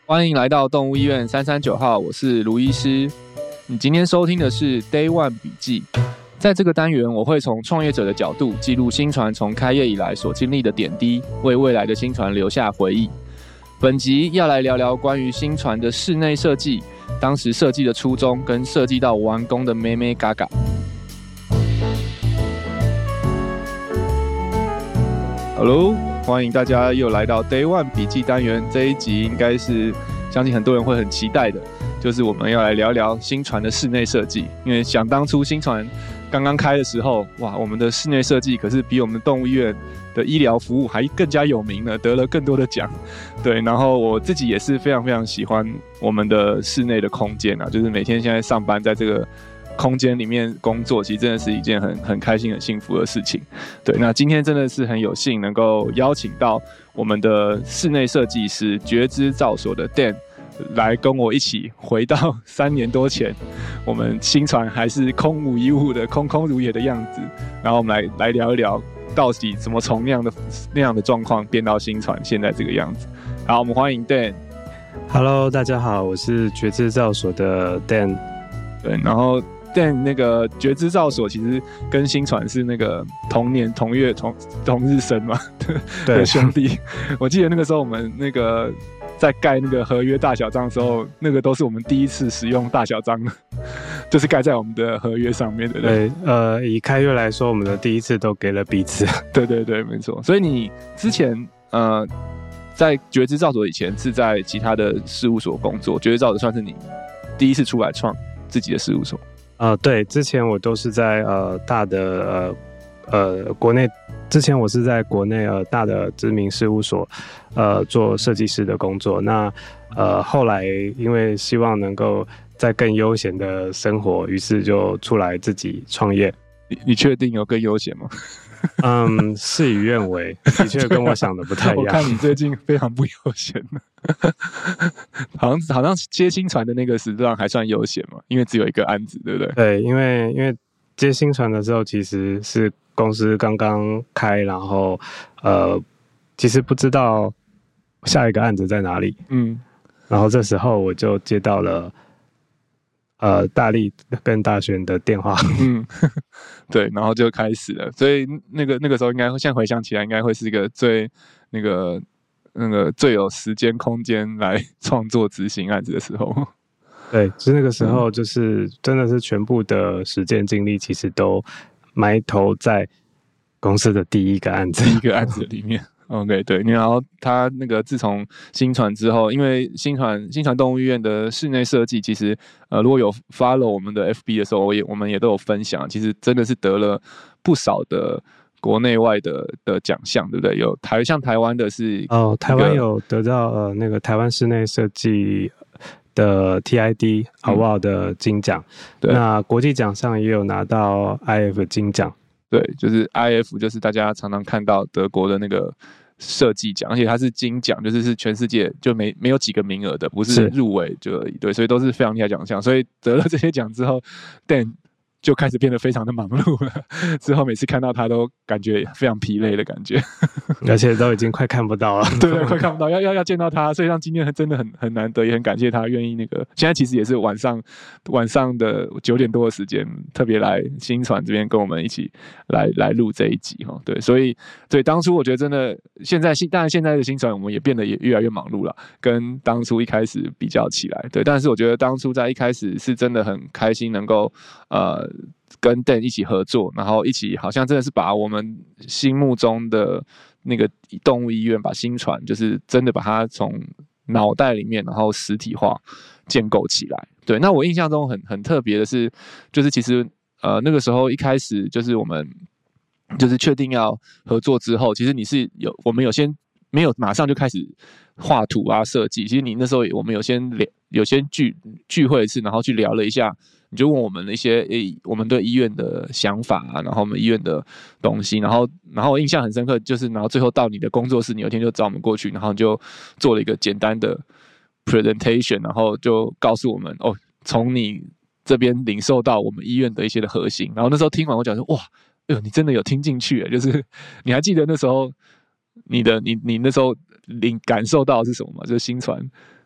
欢迎来到动物医院339号，我是卢医师。你今天收听的是 Day One 笔记。在这个单元，我会从创业者的角度记录新传从开业以来所经历的点滴，为未来的新传留下回忆。本集要来聊聊关于新传的室内设计，当时设计的初衷跟设计到完工的妹妹嘎嘎。Hello， 欢迎大家又来到 Day One 笔记单元。这一集应该是相信很多人会很期待的，就是我们要来聊聊新传的室内设计。因为想当初新传刚刚开的时候，哇，我们的室内设计可是比我们动物医院的医疗服务还更加有名了，得了更多的奖。对，然后我自己也是非常非常喜欢我们的室内的空间啊，就是每天现在上班在这个空间里面工作，其实真的是一件很开心、很幸福的事情。对，那今天真的是很有幸能够邀请到我们的室内设计师觉知造所的 Dan 来跟我一起回到3年多前，我们新传还是空无一物的空空如也的样子，然后我们来聊一聊到底怎么从那样的状况变到新传现在这个样子。好，我们欢迎 Dan。Hello， 大家好，我是觉知造所的 Dan。 对，然后但那个觉知造所其实跟新传是那个同年同月同日生嘛的兄弟。我记得那个时候我们那个在盖那个合约大小章的时候，那个都是我们第一次使用大小章的，就是盖在我们的合约上面的。 对，以开月来说，我们的第一次都给了彼此。 对对对，没错。所以你之前在觉知造所以前是在其他的事务所工作，觉知造所算是你第一次出来创自己的事务所。 对，之前我都是在大的国内，之前我是在国内大的知名事务所做设计师的工作。那后来因为希望能够在更悠闲的生活，于是就出来自己创业。 你确定有更悠闲吗？ 事与愿违，的确跟我想的不太一样。 我看你最近非常不悠闲好像接新传的那个时段还算悠闲嘛，因为只有一个案子，对不对？ 对，因为接新传的时候其实是公司刚刚开，然后其实不知道下一个案子在哪里。然后这时候我就接到了大力跟大轩的电话。 对，然后就开始了。所以那个时候应该现在回想起来，应该会是一个最那个最有时间空间来创作执行案子的时候。 对，就是那个时候，就是真的是全部的时间精力，其实都埋头在公司的第一个案子里面。OK， 对，然后他那个自从新传之后，因为新传动物医院的室内设计，其实如果有 follow 我们的 FB 的时候，我们也都有分享，其实真的是得了不少的国内外的奖项，对不对？有像台湾的是台湾有得到那个台湾室内设计的 TID Award 的金奖。那国际奖上也有拿到 IF 金奖。 对，就是 IF， 就是大家常常看到德国的那个设计奖，而且它是金奖，就是全世界就没有几个名额的，不是入围就而已。对，所以都是非常厉害奖项。所以得了这些奖之后 ，Dan 就开始变得非常的忙碌了。之后每次看到他都感觉非常疲累的感觉， 而且都已经快看不到了。 对，快看不到，要见到他。所以像今天真的很难得，也很感谢他愿意那个。现在其实也是晚上的9点多的时间，特别来新传这边跟我们一起来录这一集哈。对，所以对当初我觉得真的，当然现在的新传我们也变得也越来越忙碌了，跟当初一开始比较起来。对，但是我觉得当初在一开始是真的很开心，能够跟 Dan 一起合作，然后一起好像真的是把我们心目中的那个动物医院，把新传就是真的把它从脑袋里面然后实体化建构起来。对，那我印象中很特别的是，就是其实那个时候一开始就是我们就是确定要合作之后，其实我们没有马上就开始画图啊设计，其实你那时候我们有先聚会一次，然后去聊了一下。你就问我们的一些我们对医院的想法啊，然后我们医院的东西，然后我印象很深刻，就是然后最后到你的工作室，你有一天就找我们过去，然后你就做了一个简单的 presentation， 然后就告诉我们从你这边领受到我们医院的一些的核心。然后那时候听完我讲说，哇，你真的有听进去，就是你还记得那时候你那时候感受到的是什么吗？就是新传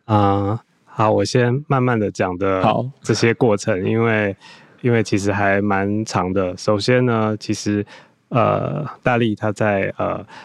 好，我先慢慢的讲的这些过程，因为其实还蛮长的。首先呢，其实大力他在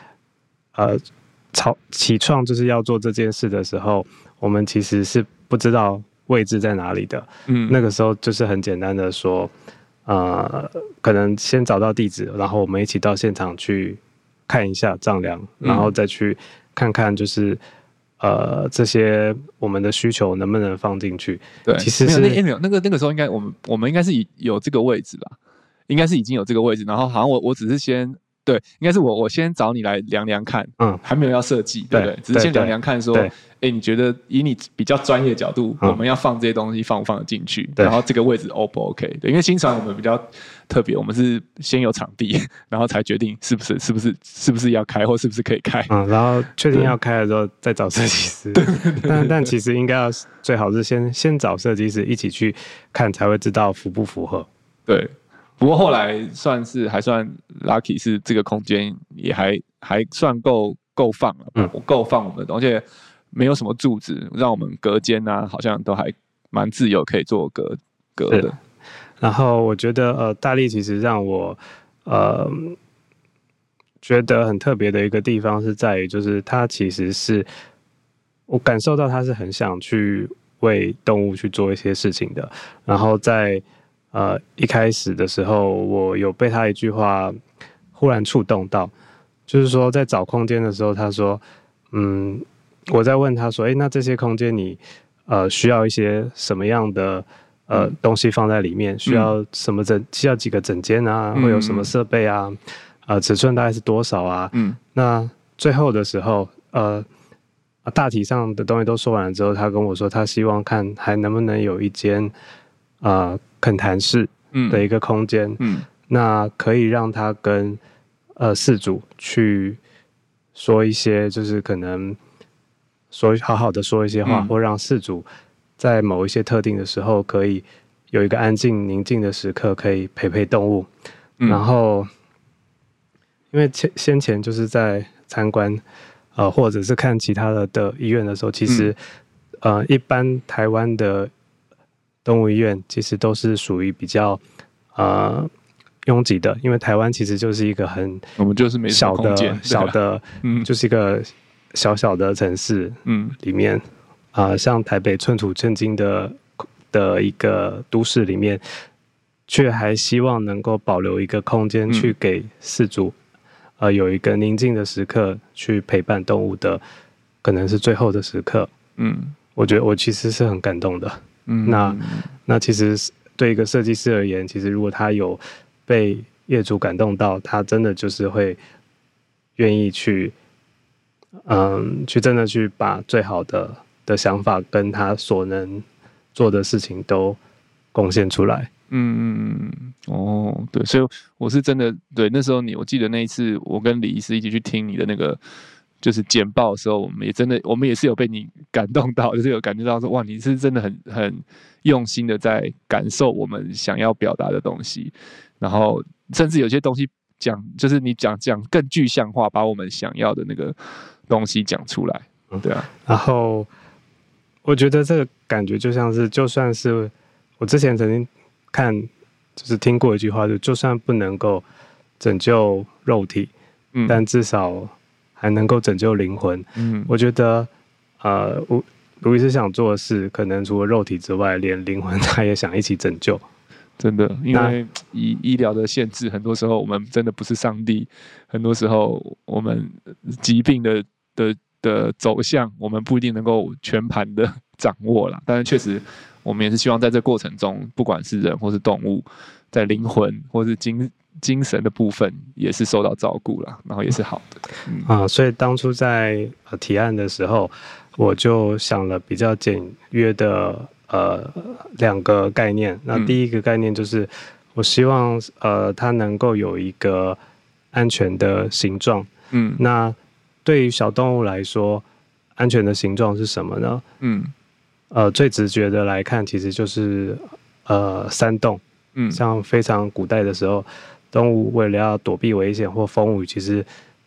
起创就是要做这件事的时候，我们其实是不知道位置在哪里的。那个时候就是很简单的说，可能先找到地址，然后我们一起到现场去看一下丈量，然后再去看看就是这些我们的需求能不能放进去。 对， 其实是没有那个时候应该我们应该是有这个位置吧，应该是已经有这个位置，然后好像我只是先。对，应该是我先找你来量量看，还没有要设计，对不对？只是先量量看，说，你觉得以你比较专业的角度，我们要放这些东西放不放得进去？然后这个位置 O 不 OK？ 对，因为新传我们比较特别，我们是先有场地，然后才决定是不是要开，或是不是可以开。 然后确定要开的时候再找设计师。但其实应该要最好是先找设计师一起去看，才会知道符不符合。 对。不过后来还算 lucky， 是这个空间也还算够放了，够放我们的，而且没有什么柱子，让我们隔间啊，好像都还蛮自由，可以做隔的。 然后我觉得大力其实让我觉得很特别的一个地方是在于，就是他其实是我感受到他是很想去为动物去做一些事情的，然后在一开始的时候，我有被他一句话忽然触动到，就是说在找空间的时候，他说，我在问他说，那这些空间你需要一些什么样的东西放在里面？需要什么需要几个诊间啊？会有什么设备啊？尺寸大概是多少啊？那最后的时候，大体上的东西都说完了之后，他跟我说，他希望看还能不能有一间恳谈室的一个空间，那可以让他跟饲主去说一些，就是可能好好的说一些话，或让饲主在某一些特定的时候，可以有一个安静宁静的时刻，可以陪动物。然后，因为先前就是在参观或者是看其他的医院的时候，其实一般台湾的动物医院其实都是属于比较拥挤的，因为台湾其实就是一个我们就是没小的就是一个小的城市里面像台北寸土寸金的一个都市里面，却还希望能够保留一个空间去给饲主有一个宁静的时刻去陪伴动物的，可能是最后的时刻。我觉得我其实是很感动的。那其实对一个设计师而言，其实如果他有被业主感动到，他真的就是会愿意去真的去把最好的想法跟他所能做的事情都贡献出来。 对，所以我是真的对那时候我记得那一次我跟李医师一起去听你的那个就是简报的时候，我们也是有被你感动到，就是有感觉到说哇，你是真的很用心的在感受我们想要表达的东西，然后甚至有些东西就是你讲更具象化，把我们想要的那个东西讲出来，对啊。 然后我觉得这个感觉就像是，就算是我之前曾经就是听过一句话，就算不能够拯救肉体，但至少还能够拯救灵魂。我觉得卢医师想做的事，可能除了肉体之外，连灵魂他也想一起拯救。 真的，因为医疗的限制，很多时候我们真的不是上帝，很多时候我们疾病的走向，我们不一定能够全盘的掌握啦。但是确实，我们也是希望在这过程中，不管是人或是动物，在灵魂或是精神的部分也是受到照顾啦，然后也是好的。 所以当初在提案的时候，我就想了比较简约的2个概念。那第一个概念就是我希望它能够有一个安全的形状。那对于小动物来说，安全的形状是什么呢？最直觉的来看，其实就是山洞。像非常古代的时候，动物为了要躲避危险或风雨，其实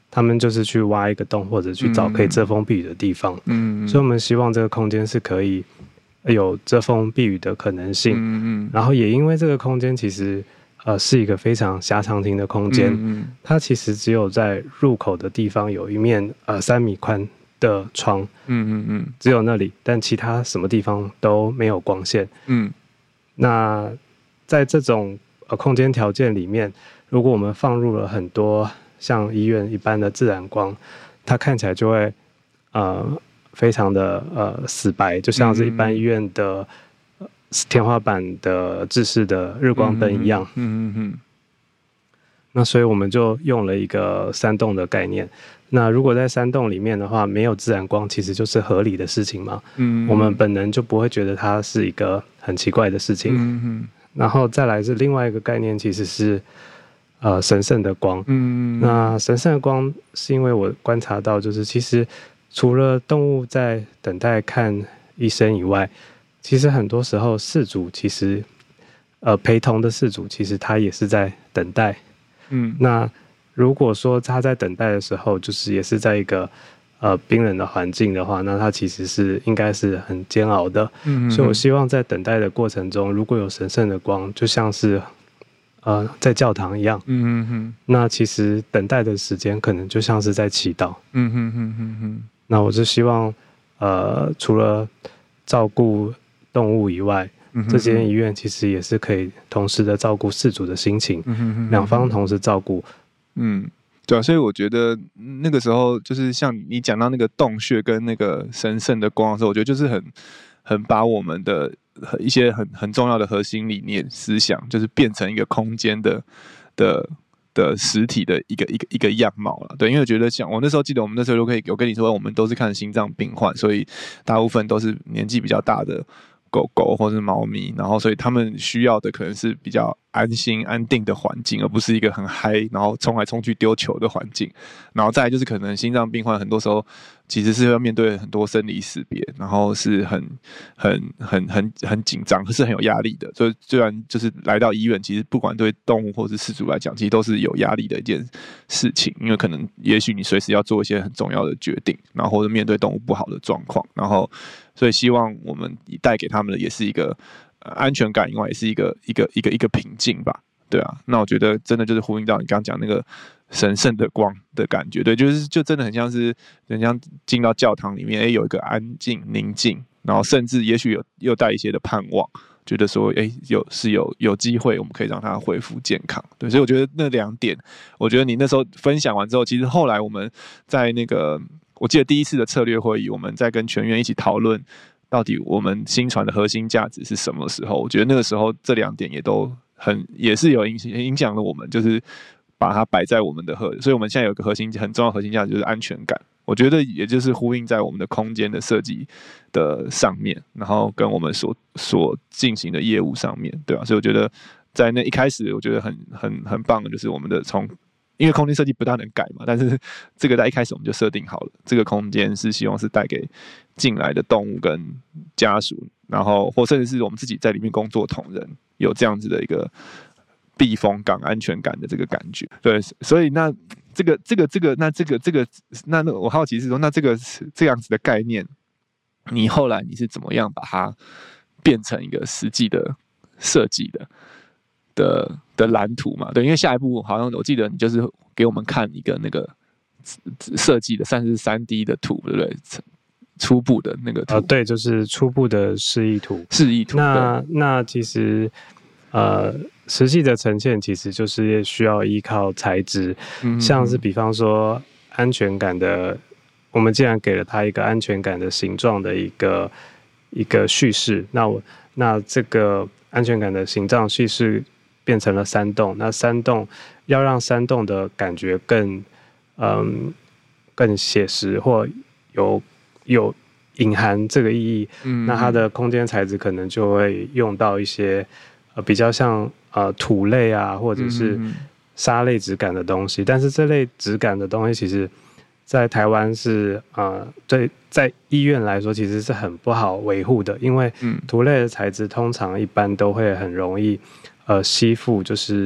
他们就是去挖一个洞或者去找可以遮风避雨的地方。所以我们希望这个空间是可以有遮风避雨的可能性。然后也因为这个空间其实是一个非常狭长型的空间，它其实只有在入口的地方有一面3米宽的窗，只有那里，但其他什么地方都没有光线。那在这种空间条件里面，如果我们放入了很多像医院一般的自然光，它看起来就会非常的死白，就像是一般医院的天花板的制式的日光灯一样。那所以我们就用了一个山洞的概念。那如果在山洞里面的话，没有自然光其实就是合理的事情嘛。我们本能就不会觉得它是一个很奇怪的事情。然后再来是另外一个概念，其实是神圣的光。那神圣的光是因为我观察到，就是其实除了动物在等待看医生以外，其实很多时候饲主其实陪同的饲主其实他也是在等待。那如果说他在等待的时候，就是也是在一个冰冷的环境的话，那他其实是应该是很煎熬的。所以我希望在等待的过程中，如果有神圣的光，就像是在教堂一样。那其实等待的时间可能就像是在祈祷。那我就希望除了照顾动物以外，这间医院其实也是可以同时的照顾饲主的心情，两方同时照顾。 对啊，所以我觉得那个时候就是像你讲到那个洞穴跟那个神圣的光的时候，我觉得就是很把我们的一些很重要的核心理念思想，就是变成一个空间的实体的一个样貌了。对，因为我觉得像我那时候记得我们那时候有跟你说，我们都是看心脏病患，所以大部分都是年纪比较大的狗狗或是猫咪，然后所以他们需要的可能是比较安心安定的环境，而不是一个很嗨然后冲来冲去丢球的环境。然后再来就是可能心脏病患很多时候其实是要面对很多生离死别，然后是很紧张，是很有压力的。所以虽然就是来到医院，其实不管对动物或是饲主来讲，其实都是有压力的一件事情，因为可能也许你随时要做一些很重要的决定，然后或者面对动物不好的状况，然后所以希望我们带给他们的也是一个安全感以外，也是一个平静吧。对啊，那我觉得真的就是呼应到你刚刚讲那个神圣的光的感觉。对，就真的很像是人家进到教堂里面，有一个安静宁静，然后甚至也许又带一些的盼望，觉得说有机会我们可以让它恢复健康。对，所以我觉得那2点，我觉得你那时候分享完之后，其实后来我们在那个我记得第一次的策略会议，我们在跟全院一起讨论到底我们新传的核心价值是什么时候，我觉得那个时候这2点也是有影响了我们，就是把它摆在我们的所以我们现在有一个很重要的核心价值就是安全感。我觉得也就是呼应在我们的空间的设计的上面，然后跟我们所进行的业务上面，对吧？所以我觉得在那一开始，我觉得很棒的就是我们的因为空间设计不大能改嘛，但是这个在一开始我们就设定好了，这个空间是希望是带给进来的动物跟家属，然后或甚至是我们自己在里面工作同仁有这样子的一个避风港、安全感的这个感觉。对，所以那我好奇是说，那这样子的概念，你后来你是怎么样把它变成一个实际的设计的蓝图嘛？对，因为下一步好像我记得你就是给我们看一个那个设计的算是3D 的图，对不对？初步的那个图。 对，就是初步的示意图。那其实实际的呈现其实就是需要依靠材质，像是比方说安全感的，我们既然给了它一个安全感的形状的一个叙事，那这个安全感的形状叙事变成了山洞，那山洞要让山洞的感觉更写实或有隐含这个意义，那它的空间材质可能就会用到一些比较像土类啊，或者是沙类质感的东西。但是这类质感的东西，其实在台湾是对，在医院来说其实是很不好维护的，因为土类的材质通常一般都会很容易吸附就是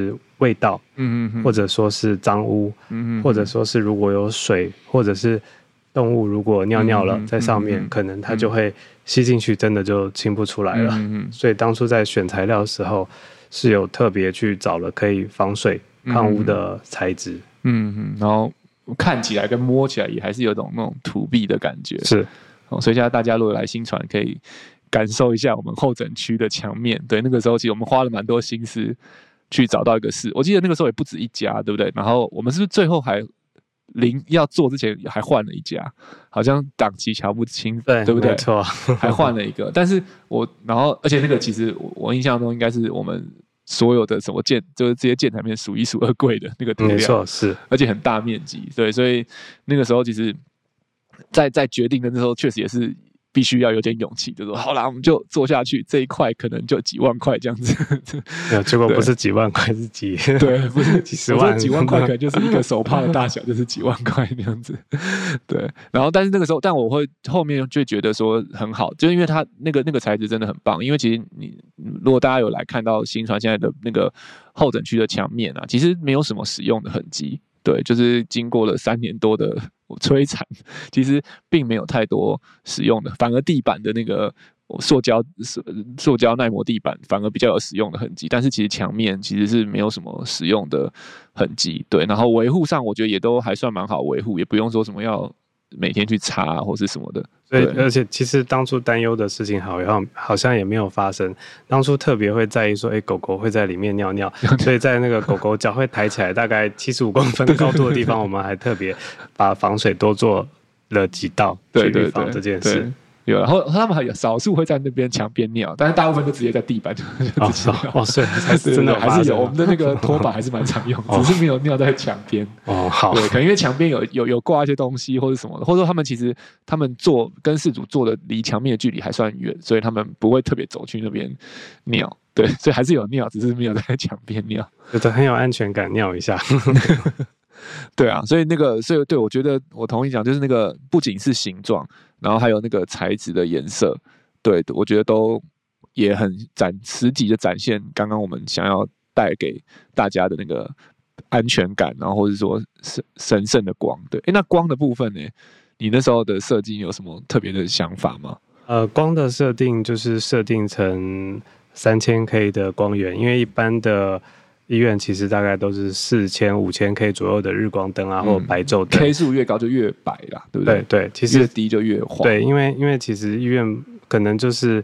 味道，或者说是脏污，或者说是如果有水，或者是动物如果尿尿了在上面，可能它就会吸进去，真的就清不出来了。所以当初在选材料的时候，是有特别去找了可以防水抗污的材质。 然后看起来跟摸起来也还是有种那种土壁的感觉。 是， 所以现在大家如果来新传，可以感受一下我们候诊区的墙面。对，那个时候其实我们花了蛮多心思去找到一个室，我记得那个时候也不止一家，对不对？然后我们是不是最后还要做之前还换了一家，好像档期瞧不清，对不对？ 没错， 还换了一个。但是然后而且那个其实我印象中应该是我们所有的什么就是这些建材里面数一数二贵的那个涂料， 没错，是， 而且很大面积，对，所以那个时候其实在决定的那时候，确实也是必须要有点勇气，就说好啦，我们就做下去，这一块可能就几万块这样子。 结果不是几万块，是对，不是几十万， 几万块可能就是一个手帕的大小，就是几万块那样子。对，然后但是那个时候，但我会后面就觉得说很好，就是因为它那个材质真的很棒。因为其实如果大家有来看到新传现在的那个候诊区的墙面啊，其实没有什么使用的痕迹。对，就是经过了3年多的摧残，其实并没有太多使用的，反而地板的那个塑胶耐磨地板反而比较有使用的痕迹，但是其实墙面其实是没有什么使用的痕迹。对，然后维护上我觉得也都还算蛮好维护，也不用说什么要每天去擦或是什么的。 对，而且其实当初担忧的事情好像也没有发生。当初特别会在意说，狗狗会在里面尿尿，所以在那个狗狗脚会抬起来大概75公分高度的地方，我们还特别把防水多做了几道去预防这件事。 有，然后他们还有少数会在那边墙边尿，但是大部分都直接在地板就直接尿。 所以还是真的还是有我们的那个拖把还是蛮常用，只是没有尿在墙边。 好， 对，可能因为墙边有挂一些东西或者什么的，或者说他们跟饲主做的离墙面的距离还算远，所以他们不会特别走去那边尿。对，所以还是有尿，只是没有在墙边尿。 觉得很有安全感，尿一下。 对啊，所以对，我觉得我同意讲，就是那个不仅是形状，然后还有那个材质的颜色，对，我觉得都也很实际的展现刚刚我们想要带给大家的那个安全感，然后或者说神圣的光。对，那光的部分呢？你那时候的设计有什么特别的想法吗？ 光的设定就是设定成3000K 的光源，因为一般的医院其实大概都是4000、5000K 左右的日光灯啊，或白昼灯。 K 数越高就越白啦，对不对？ 对，其实越低就越黄。 对，因为其实医院可能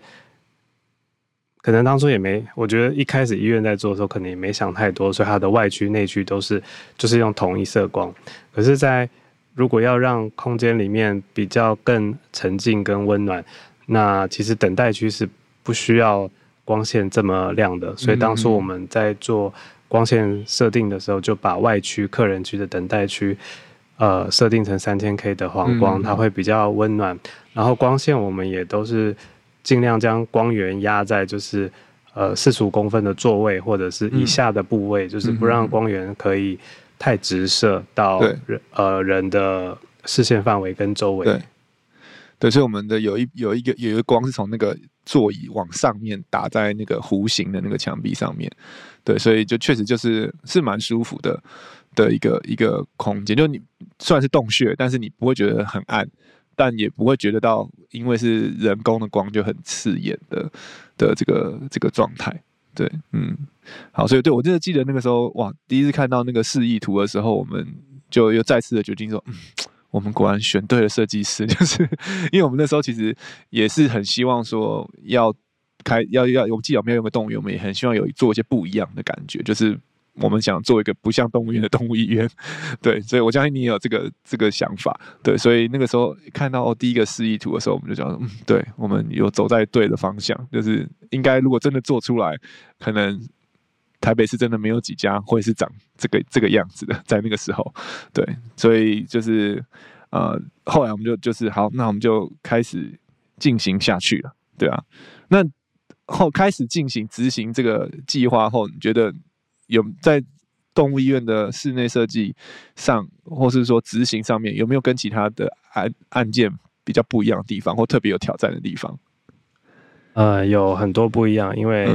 当初也没，我觉得一开始医院在做的时候可能也没想太多，所以它的外区内区就是用同一色光。可是如果要让空间里面比较更沉静跟温暖，那其实等待区是不需要光线这么亮的，所以当初我们在做光线设定的时候，就把外区客人区的等待区设定成3000K 的黄光，它会比较温暖。然后光线我们也都是尽量将光源压在就是45公分的座位或者是以下的部位，就是不让光源可以太直射到人的视线范围跟周围。 对，所以我们的有一个光是从那个座椅往上面打在那个弧形的那个墙壁上面。对，所以就确实是蛮舒服的一个空间。就你虽然是洞穴，但是你不会觉得很暗，但也不会觉得到因为是人工的光就很刺眼的这个状态。对，好，所以对我真的记得那个时候，哇，第一次看到那个示意图的时候，我们就又再次的决定说，我们果然选对了设计师，就是因为我们那时候其实也是很希望说我记得我们要用个动物园，我们也很希望做一些不一样的感觉，就是我们想做一个不像动物园的动物医院。对，所以我相信你也有这个想法。对，所以那个时候看到第一个示意图的时候，我们就讲对，我们有走在对的方向，就是应该如果真的做出来，可能台北市真的没有几家会是长这个样子的，在那个时候。对，所以就是后来我们就是好，那我们就开始进行下去了。对啊，那开始执行这个计划后，你觉得有在动物医院的室内设计上，或是说执行上面，有没有跟其他的案件比较不一样的地方，或特别有挑战的地方？ 有很多不一样，因为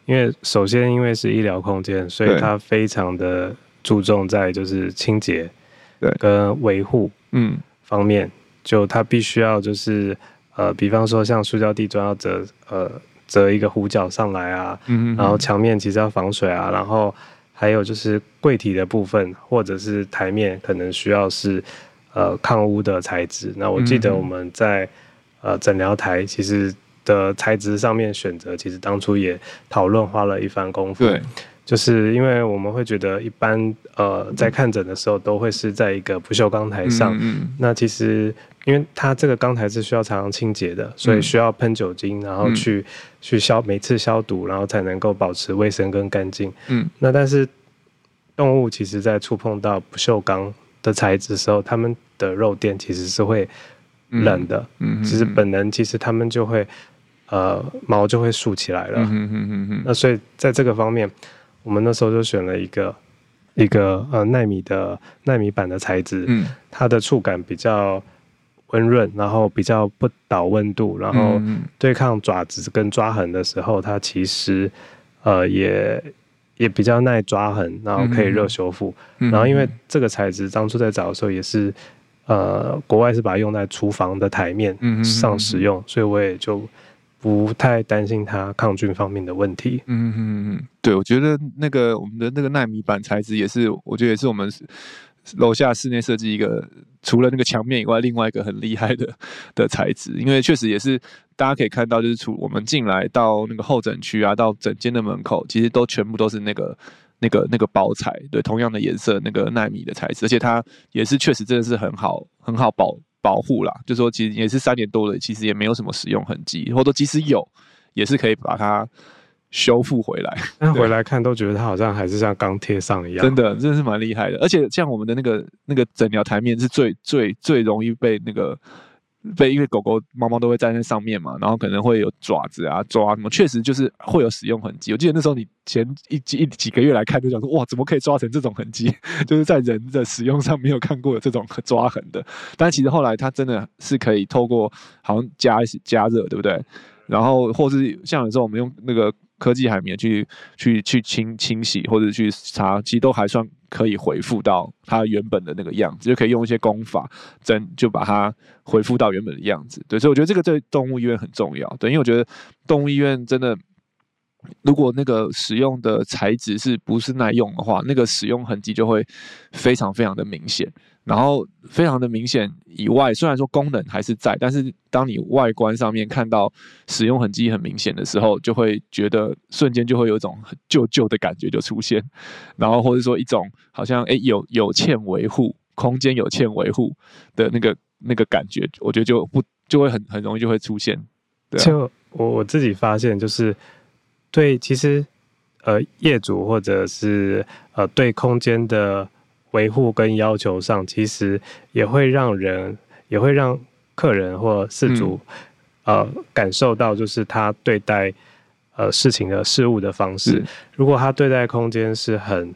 因为首先因为是医疗空间，所以它非常的注重在就是清洁跟维护方面，就它必须要就是比方说像塑胶地砖要折一个弧角上来啊，然后墙面其实要防水啊，然后还有就是柜体的部分或者是台面可能需要是抗污的材质。那我记得我们在诊疗台其实的材质上面选择，其实当初也讨论花了一番功夫。对，就是因为我们会觉得一般在看诊的时候都会是在一个不锈钢台上，那其实因为它这个钢台是需要常常清洁的，所以需要喷酒精，然后去每次消毒，然后才能够保持卫生跟干净。那但是动物其实在触碰到不锈钢的材质的时候，它们的肉垫其实是会冷的，其实本能其实它们就会毛就会竖起来了。那所以在这个方面，我们那时候就选了一个奈米板的材质，它的触感比较温润，然后比较不导温度，然后对抗爪子跟抓痕的时候，它其实也比较耐抓痕，然后可以热修复。然后因为这个材质当初在找的时候也是国外是把它用在厨房的台面上使用，所以我也就不太担心它抗菌方面的问题。 对，我觉得我们的那个奈米板材质也是，我觉得也是我们楼下室内设计一个除了那个墙面以外，另外一个很厉害的材质，因为确实也是大家可以看到，就是我们进来到那个候诊区啊，到诊间的门口，其实都全部都是那个包材，对，同样的颜色那个奈米的材质，而且它也是确实真的是很好保护啦，就说其实也是3年多了，其实也没有什么使用痕迹，或者说即使有，也是可以把它修复回来。 但回来看都觉得它好像还是像刚贴上一样， 真的是蛮厉害的。而且像我们的那个诊疗台面是最容易被因为狗狗猫猫都会站在上面嘛，然后可能会有爪子啊抓什么，确实就是会有使用痕迹。我记得那时候你前几个月来看就讲说，哇，怎么可以抓成这种痕迹？就是在人的使用上没有看过有这种抓痕的。但其实后来它真的是可以透过好像加热，对不对？然后或是像有时候我们用那个科技海绵去清洗或者去擦，其实都还算可以恢复到它原本的那个样子，就可以用一些功法就把它恢复到原本的样子。对，所以我觉得这个对动物医院很重要。对，因为我觉得动物医院真的，如果那个使用的材质不是耐用的话，那个使用痕迹就会非常非常的明显。然后非常的明显以外，虽然说功能还是在，但是当你外观上面看到使用痕迹很明显的时候，就会觉得瞬间就会有一种很旧的感觉就出现，然后或者说一种好像有欠维护，空间有欠维护的那个感觉，我觉得就会很容易就会出现。对啊， 就我自己发现就是对，其实业主或者是对空间的维护跟要求上，其实也会让客人或饲主感受到，就是他对待事物的方式。如果他对待空间是很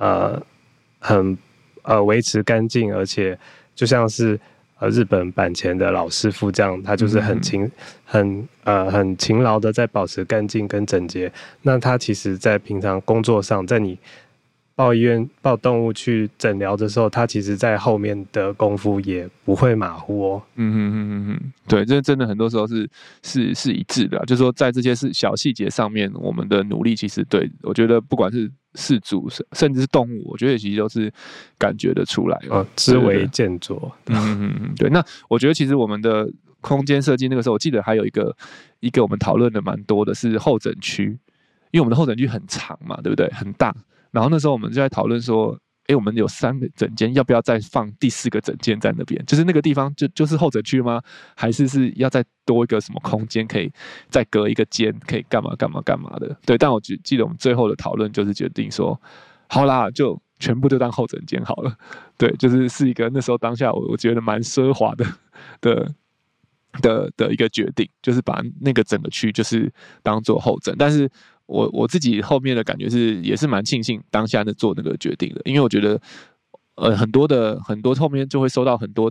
维持干净，而且就像是日本板前的老师傅这样，他就是很勤劳的在保持干净跟整洁。那他其实在平常工作上，在你抱动物去诊疗的时候，他其实在后面的功夫也不会马虎哦。 对，这真的很多时候是一致的，就是说在这些小细节上面，我们的努力其实对我觉得不管是饲主甚至是动物，我觉得其实都是感觉得出来知为见着。 对。那我觉得其实我们的空间设计那个时候，我记得还有一个我们讨论的蛮多的是候诊区，因为我们的候诊区很长嘛，对不对？很大。然后那时候我们就在讨论说，我们有3个诊间，要不要再放第4个诊间在那边？就是那个地方就是候诊区吗？还是要再多一个什么空间，可以再隔一个间，可以干嘛的？对，但我记得我们最后的讨论就是决定说，好啦，就全部就当候诊间好了。对，就是一个那时候当下我觉得蛮奢华的一个决定，就是把那个整个区就是当做候诊，但是我自己后面的感觉也是蛮庆幸当下做那个决定的，因为我觉得很多后面就会收到很多的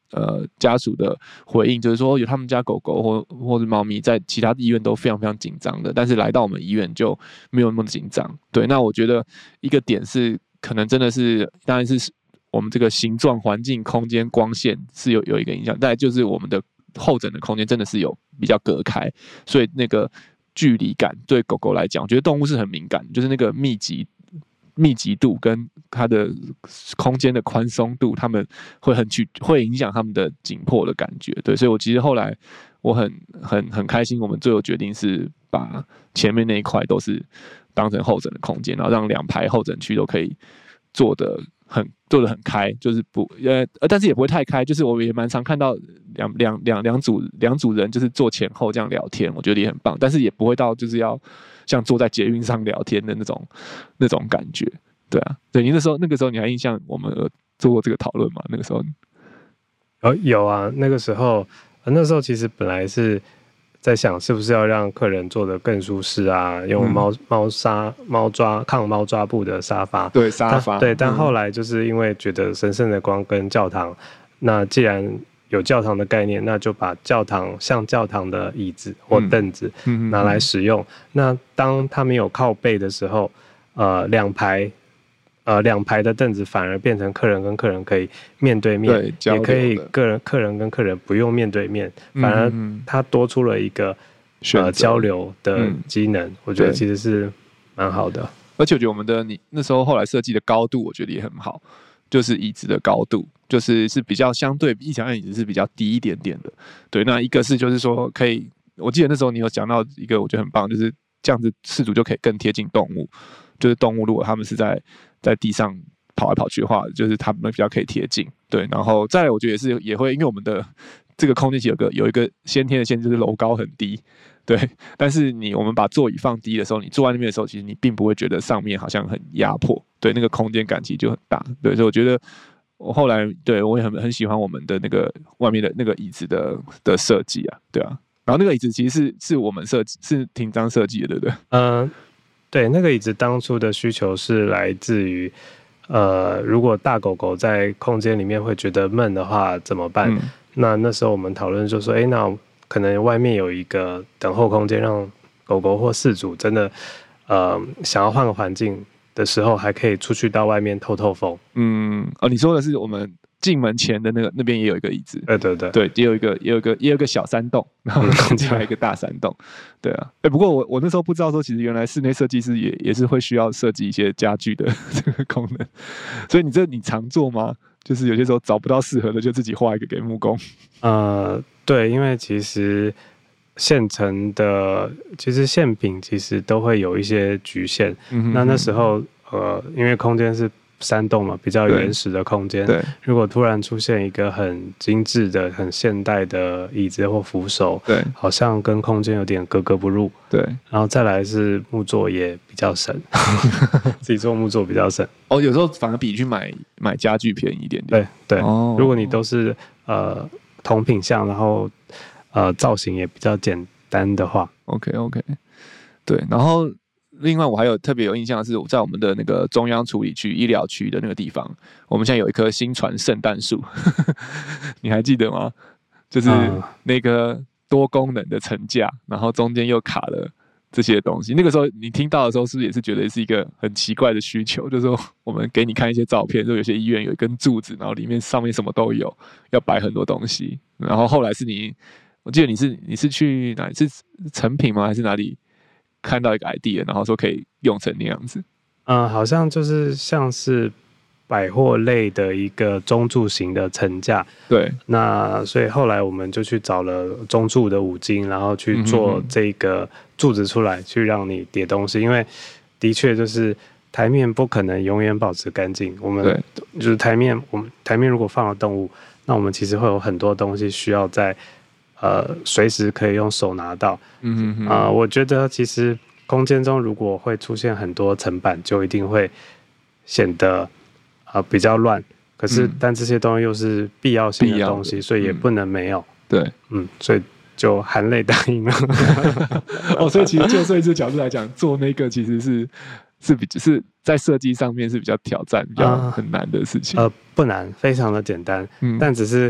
家属的回应，就是说有他们家狗狗或者猫咪在其他医院都非常非常紧张的，但是来到我们医院就没有那么紧张。对，那我觉得一个点是可能真的是，当然是我们这个形状、环境、空间、光线是有一个影响，再来就是我们的候诊的空间真的是有比较隔开，所以那个距离感对狗狗来讲，我觉得动物是很敏感，就是那个密集度跟它的空间的宽松度，他们会影响他们的紧迫的感觉。对，所以我其实后来我很开心，我们最后决定是把前面那一块都是当成候诊的空间，然后让2排候诊区都可以做得很开，就是但是也不会太开，就是我也蛮常看到两组人就是坐前后这样聊天，我觉得也很棒，但是也不会到就是要像坐在捷运上聊天的那种感觉。对啊，对，你那个时候你还印象我们做过这个讨论吗？那个时候有啊，那时候其实本来是在想是不是要让客人坐得更舒适啊，用抗猫抓布的沙发。 对，沙发。 对，但后来就是因为觉得神圣的光跟教堂，那既然有教堂的概念，那就把像教堂的椅子或凳子拿来使用。那当它没有靠背的时候，两排的凳子反而变成客人跟客人可以面对面，也可以客人跟客人不用面对面，反而它多出了一个交流的机能，我觉得其实是蛮好的。 而且我觉得我们你那时候后来设计的高度，我觉得也很好，就是椅子的高度，是比较相对一条椅子是比较低一点点的。对，那一个是就是说可以，我记得那时候你有讲到一个我觉得很棒，就是这样子饲主就可以更贴近动物，就是动物如果他们是在地上跑来跑去的话，就是他们比较可以贴近。对，然后再来我觉得也会因为我们的这个空间有一个先天的限制，就是楼高很低。对，但是我们把座椅放低的时候，你坐在那边的时候，其实你并不会觉得上面好像很压迫，对，那个空间感其实就很大。对，所以我觉得我后来我也很喜欢我们的那个外面的那个椅子的设计啊，对啊。然后那个椅子其实是我们设计，是庭章设计的，对不对？ 对，那个椅子当初的需求是来自于，如果大狗狗在空间里面会觉得闷的话怎么办？那时候我们讨论就说，那可能外面有一个等候空间，让狗狗或饲主真的，想要换个环境的时候，还可以出去到外面透透风。 你说的是我们进门前的那边也有一个椅子，对，也有一个小山洞，然后进来一个大山洞，对啊。不过我那时候不知道说，其实原来室内设计师也是会需要设计一些家具的这个功能，所以你常做吗？就是有些时候找不到适合的，就自己画一个给木工。 对，因为其实现成的，其实现品其实都会有一些局限。那时候因为空间是山洞嘛，比较原始的空间。对，如果突然出现一个很精致的、很现代的椅子或扶手，对，好像跟空间有点格格不入。对，然后再来是木作也比较省，自己做木作比较省。 有时候反而比去买家具便宜一点点。 对，如果你都是同品项，然后造型也比较简单的话 ，OK， 对，然后另外我还有特别有印象的是，在我们的那个中央处理区医疗区的那个地方，我们现在有一棵新传圣诞树，你还记得吗？就是那个多功能的层架，然后中间又卡了这些东西。那个时候你听到的时候，是不是也是觉得是一个很奇怪的需求？就是说我们给你看一些照片，就有些医院有一根柱子，然后上面什么都有，要摆很多东西。然后后来是我记得你是去哪里？是成品吗？还是哪里看到一个 idea， 然后说可以用成那样子？ 好像就是像是百货类的一个中柱型的层架。对，那所以后来我们就去找了中柱的五金，然后去做这个柱子出来，去让你叠东西。因为的确就是台面不可能永远保持干净，我们就是台面如果放了动物，那我们其实会有很多东西需要在随时可以用手拿到。我觉得其实空间中如果会出现很多层板，就一定会显得比较乱。可是但这些东西又是必要性的东西，所以也不能没有。对，所以就含泪答应了。 所以其实就设计师角度来讲，做那个其实是在设计上面是比较挑战、比较很难的事情。 不难，非常的简单，但只是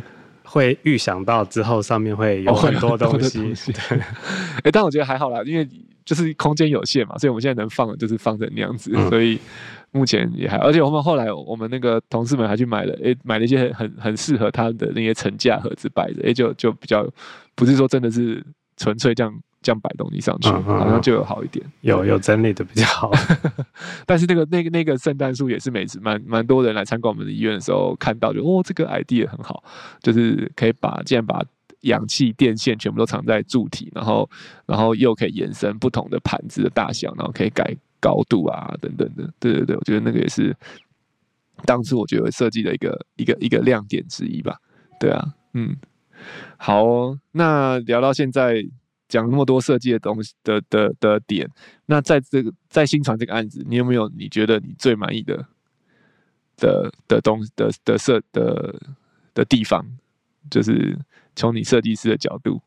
会预想到之后上面会有很多东西。 对，但我觉得还好啦，因为就是空间有限嘛，所以我们现在能放的就是放成那样子，所以目前也还，而且我们后来我们那个同事们还去买了一些很适合他的那些成架盒子摆着，就比较不是说真的是纯粹这样摆东西上去，好像就有好一点， 有整理的比较好。 但是那个圣诞树也是每次蛮多人来参观我们的医院的时候看到，就这个 idea 很好，就是可以既然把氧气电线全部都藏在柱体，然后又可以延伸不同的盘子的大小，然后可以改高度啊等等的，对，我觉得那个也是当初我觉得设计的一个亮点之一吧，对啊，好哦，那聊到现在讲那么多设计的东西的点，那在新传这个案子，你有没有你觉得你最满意的东西的地方？就是从你设计师的角度，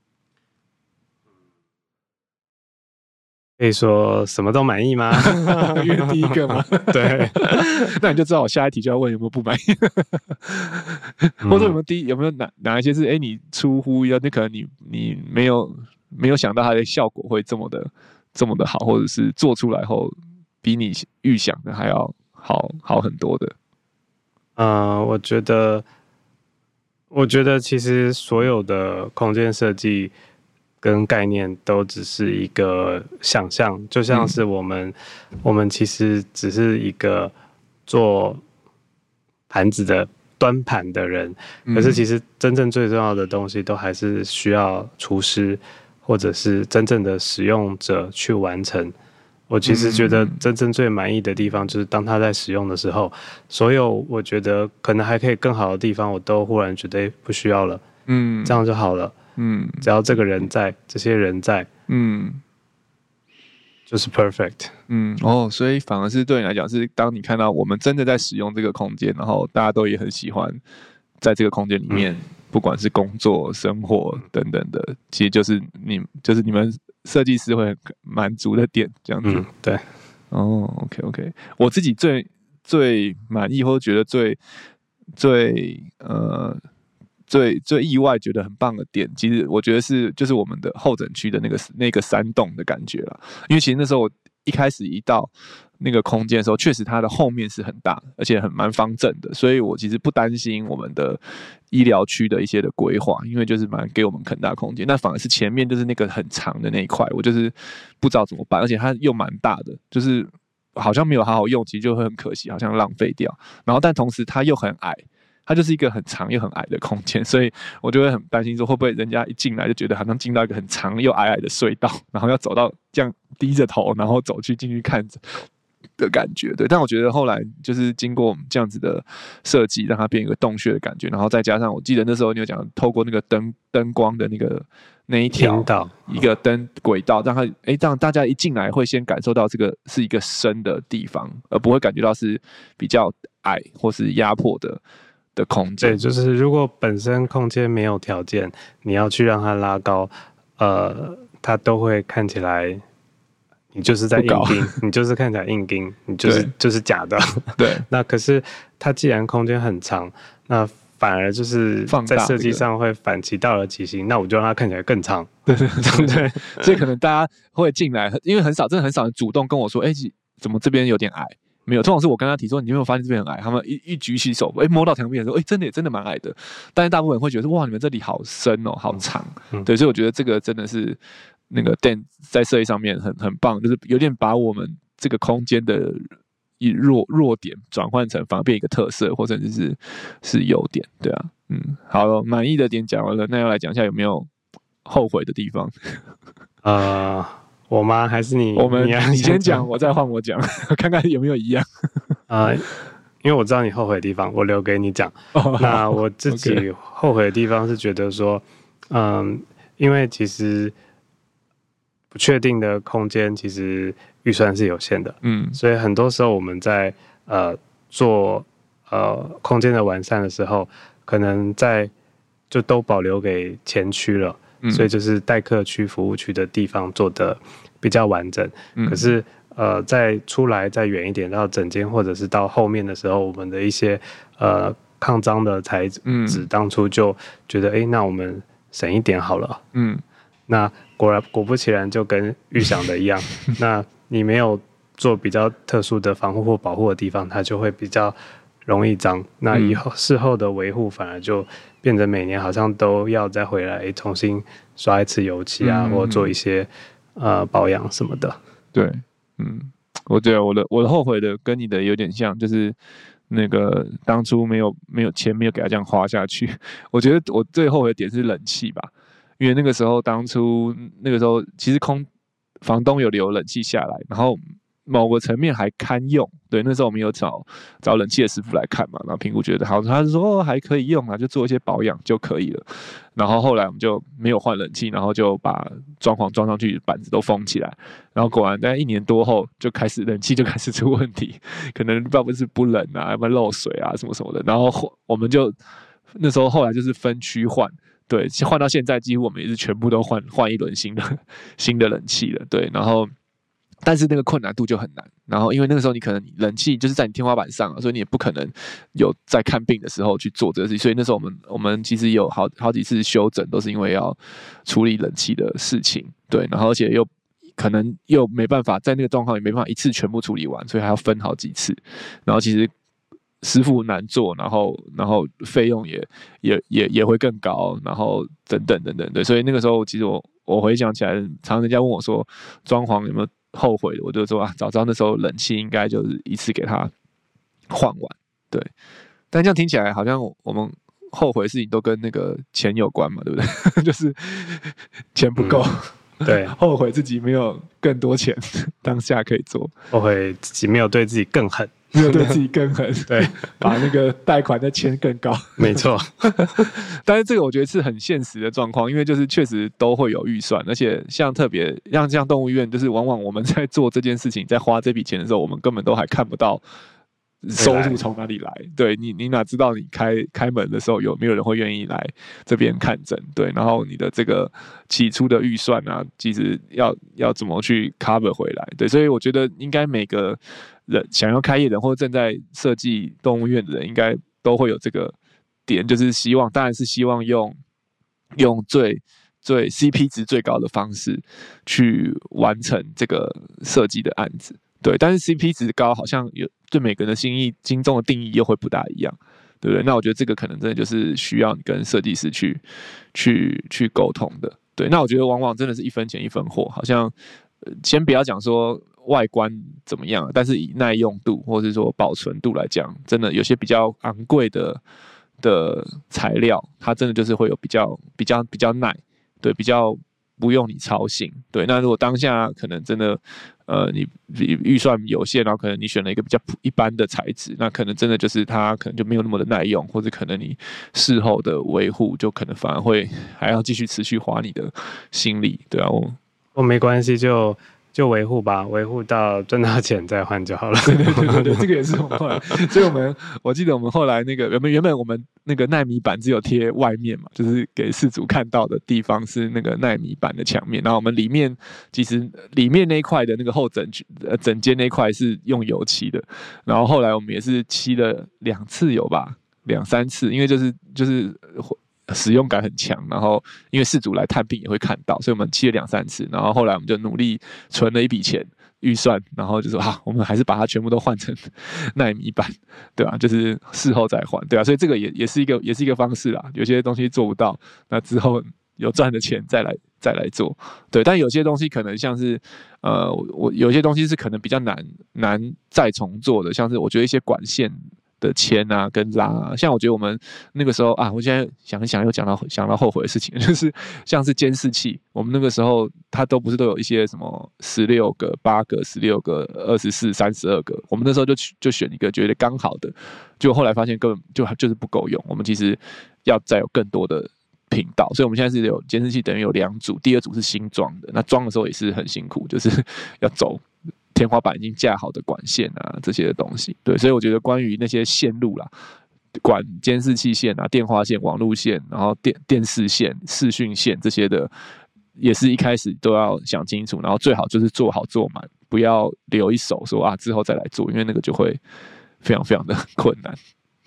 可以说什么都满意吗？ 因为第一个嘛， 对， 那你就知道我下一题就要问有没有不满意，或者有没有哪一些是你出乎那可能你没有想到它的效果会这么的好，或者是做出来后比你预想的还要好很多的。 我觉得其实所有的空间设计跟概念都只是一个想象，就像是我们其实只是一个做盘子的端盘的人，可是其实真正最重要的东西都还是需要厨师或者是真正的使用者去完成。我其实觉得真正最满意的地方，就是当他在使用的时候，所有我觉得可能还可以更好的地方，我都忽然觉得不需要了，这样就好了，只要这个人在，这些人在，就是 perfect， 所以反而是对你来讲，是当你看到我们真的在使用这个空间，然后大家都也很喜欢在这个空间里面，不管是工作、生活等等的，其实就是你们设计师会很满足的点，这样子。 对。 OK， 我自己最满意或者觉得最意外觉得很棒的点，其实我觉得就是我们的候诊区的那个山洞的感觉啦。因为其实那时候我一开始一到那个空间的时候，确实它的后面是很大，而且蛮方正的，所以我其实不担心我们的医疗区的一些的规划，因为就是蛮给我们很大空间。那反而是前面就是那个很长的那一块，我就是不知道怎么办，而且它又蛮大的，就是好像没有好好用，其实就会很可惜，好像浪费掉。然后但同时它又很矮。它就是一个很长又很矮的空间，所以我就会很担心说，会不会人家一进来就觉得好像进到一个很长又矮的隧道，然后要走到这样低着头，然后进去看着的感觉。对，但我觉得后来就是经过我们这样子的设计，让它变一个洞穴的感觉，然后再加上我记得那时候你有讲透过那个灯光的那一条一个灯轨道，让大家一进来会先感受到这个是一个深的地方，而不会感觉到是比较矮或是压迫的空间。 对，就是如果本身空间没有条件，你要去让它拉高，它都会看起来你就是在硬钉，你就是看起来硬钉，你就是假的。对，那可是它既然空间很长，那反而就是在设计上会反其道而起行，那我就让它看起来更长。 对，所以可能大家会进来，因为真的很少人主动跟我说，怎么这边有点矮。没有，通常是我跟他提说，你有没有发现这边很矮？他们一举起手，摸到墙壁的时候，真的蛮矮的。但是大部分人会觉得，哇，你们这里好深哦，好长。对，所以我觉得这个真的是那个 Dan 在设计上面很棒，就是有点把我们这个空间的弱点转换成反而变一个特色，或者是优点。对啊，好了，满意的点讲完了，那要来讲一下有没有后悔的地方？ 我吗？还是你？ 你先讲，我再换我讲，看看有没有一样。 因为我知道你后悔的地方，我留给你讲。那我自己后悔的地方是觉得说，因为其实不确定的空间，其实预算是有限的。所以很多时候我们在做空间的完善的时候，可能就都保留给前区了。所以就是待客区、服务区的地方做的比较完整。可是再出来再远一点到整间或者是到后面的时候，我们的一些抗脏的材质，当初就觉得那我们省一点好了。那果不其然就跟预想的一样，那你没有做比较特殊的防护或保护的地方，它就会比较容易脏。那以后事后的维护反而就变成每年好像都要再回来重新刷一次油漆啊，或做一些保养什么的。 对，我觉得我的后悔的跟你的有点像，就是那个当初没有钱没有给他这样花下去。我觉得我最后悔的点是冷气吧，因为那个时候其实房东有留冷气下来，然后某个层面还堪用。对，那时候我们有找冷气的师傅来看嘛，然后评估觉得好，他说还可以用啊，就做一些保养就可以了。然后后来我们就没有换冷气，然后就把装潢装上去，板子都封起来。然后果然大概1年多后，冷气就开始出问题，可能要不是不冷啊，要不然漏水啊什么什么的。然后我们就那时候后来就是分区换。对，换到现在几乎我们也是全部都换一轮新的冷气了。对，然后但是那个困难度就很难。然后因为那个时候你可能冷气就是在你天花板上，所以你也不可能有在看病的时候去做这个事情。所以那时候我们其实有好几次休诊，都是因为要处理冷气的事情。对，然后而且可能又没办法在那个状况也没办法一次全部处理完，所以还要分好几次。然后其实师傅难做，然后费用也会更高，然后等等。对，所以那个时候其实我回想起来，常人家问我说装潢有没有后悔的，我就说早知道那时候冷气应该就是一次给它换完。对，但这样听起来好像我们后悔的事情都跟那个钱有关嘛，对不对？就是钱不够。 对， 后悔自己没有更多钱当下可以做， 后悔自己没有对自己更狠。 没有对自己更狠， 对， 把那个贷款再签更高， 没错。 但是这个我觉得是很现实的状况，因为就是确实都会有预算，而且像动物医院，就是往往我们在做这件事情，在花这笔钱的时候，我们根本都还看不到收入从哪里来。对，你哪知道你开门的时候有没有人会愿意来这边看诊？对，然后你的这个起初的预算啊，其实要怎么去 cover 回来？对，所以我觉得应该每个人想要开业的人，或者正在设计动物园的人，应该都会有这个点，就是当然是希望用最 CP 值最高的方式去完成这个设计的案子。对，但是 CP 值高好像对每个人的心中的定义又会不大一样，对不对？那我觉得这个可能真的就是需要你跟设计师去沟通的。对，那我觉得往往真的是一分钱一分货，好像先不要讲说外观怎么样，但是以耐用度或者是说保存度来讲，真的有些比较昂贵的材料，它真的就是会有比较耐，对，比较不用你操心。对，那如果当下可能真的你预算有限，然后可能你选了一个比较一般的材质，那可能真的就是它可能就没有那么的耐用，或者可能你事后的维护就可能反而还要继续持续花你的心力。对啊， 我没关系，就维护吧，维护到赚到钱再换就好了。 对，这个也是我们后来，所以我记得我们后来那个原本我们那个奈米板只有贴外面嘛，就是给事主看到的地方是那个奈米板的墙面，然后我们其实里面那一块的那个后整间那一块是用油漆的，然后后来我们也是漆了2次有吧，2、3次，因为就是使用感很强，然后因为事主来探病也会看到，所以我们漆了2、3次，然后后来我们就努力存了一笔钱预算，然后就说我们还是把它全部都换成奈米板，对啊，就是事后再换，对啊，所以这个也是一个方式啦。有些东西做不到，那之后有赚的钱再来做，对。但有些东西可能像是我有些东西是可能比较难再重做的，像是我觉得一些管线的牵啊跟拉啊，像我觉得我们那个时候我现在想一想又想到后悔的事情，就是像是监视器，我们那个时候它都有一些什么16个、8个、16个、24、32个，我们那时候就选一个觉得刚好的，结果后来发现根本就是不够用，我们其实要再有更多的频道，所以我们现在是有监视器，等于有2组，第2组是新装的，那装的时候也是很辛苦，就是要走天花板已经架好的管线啊，这些的东西，对，所以我觉得关于那些线路啦，监视器线啊、电话线、网路线，然后电视线、视讯线这些的，也是一开始都要想清楚，然后最好就是做好做满，不要留一手说之后再来做，因为那个就会非常非常的困难。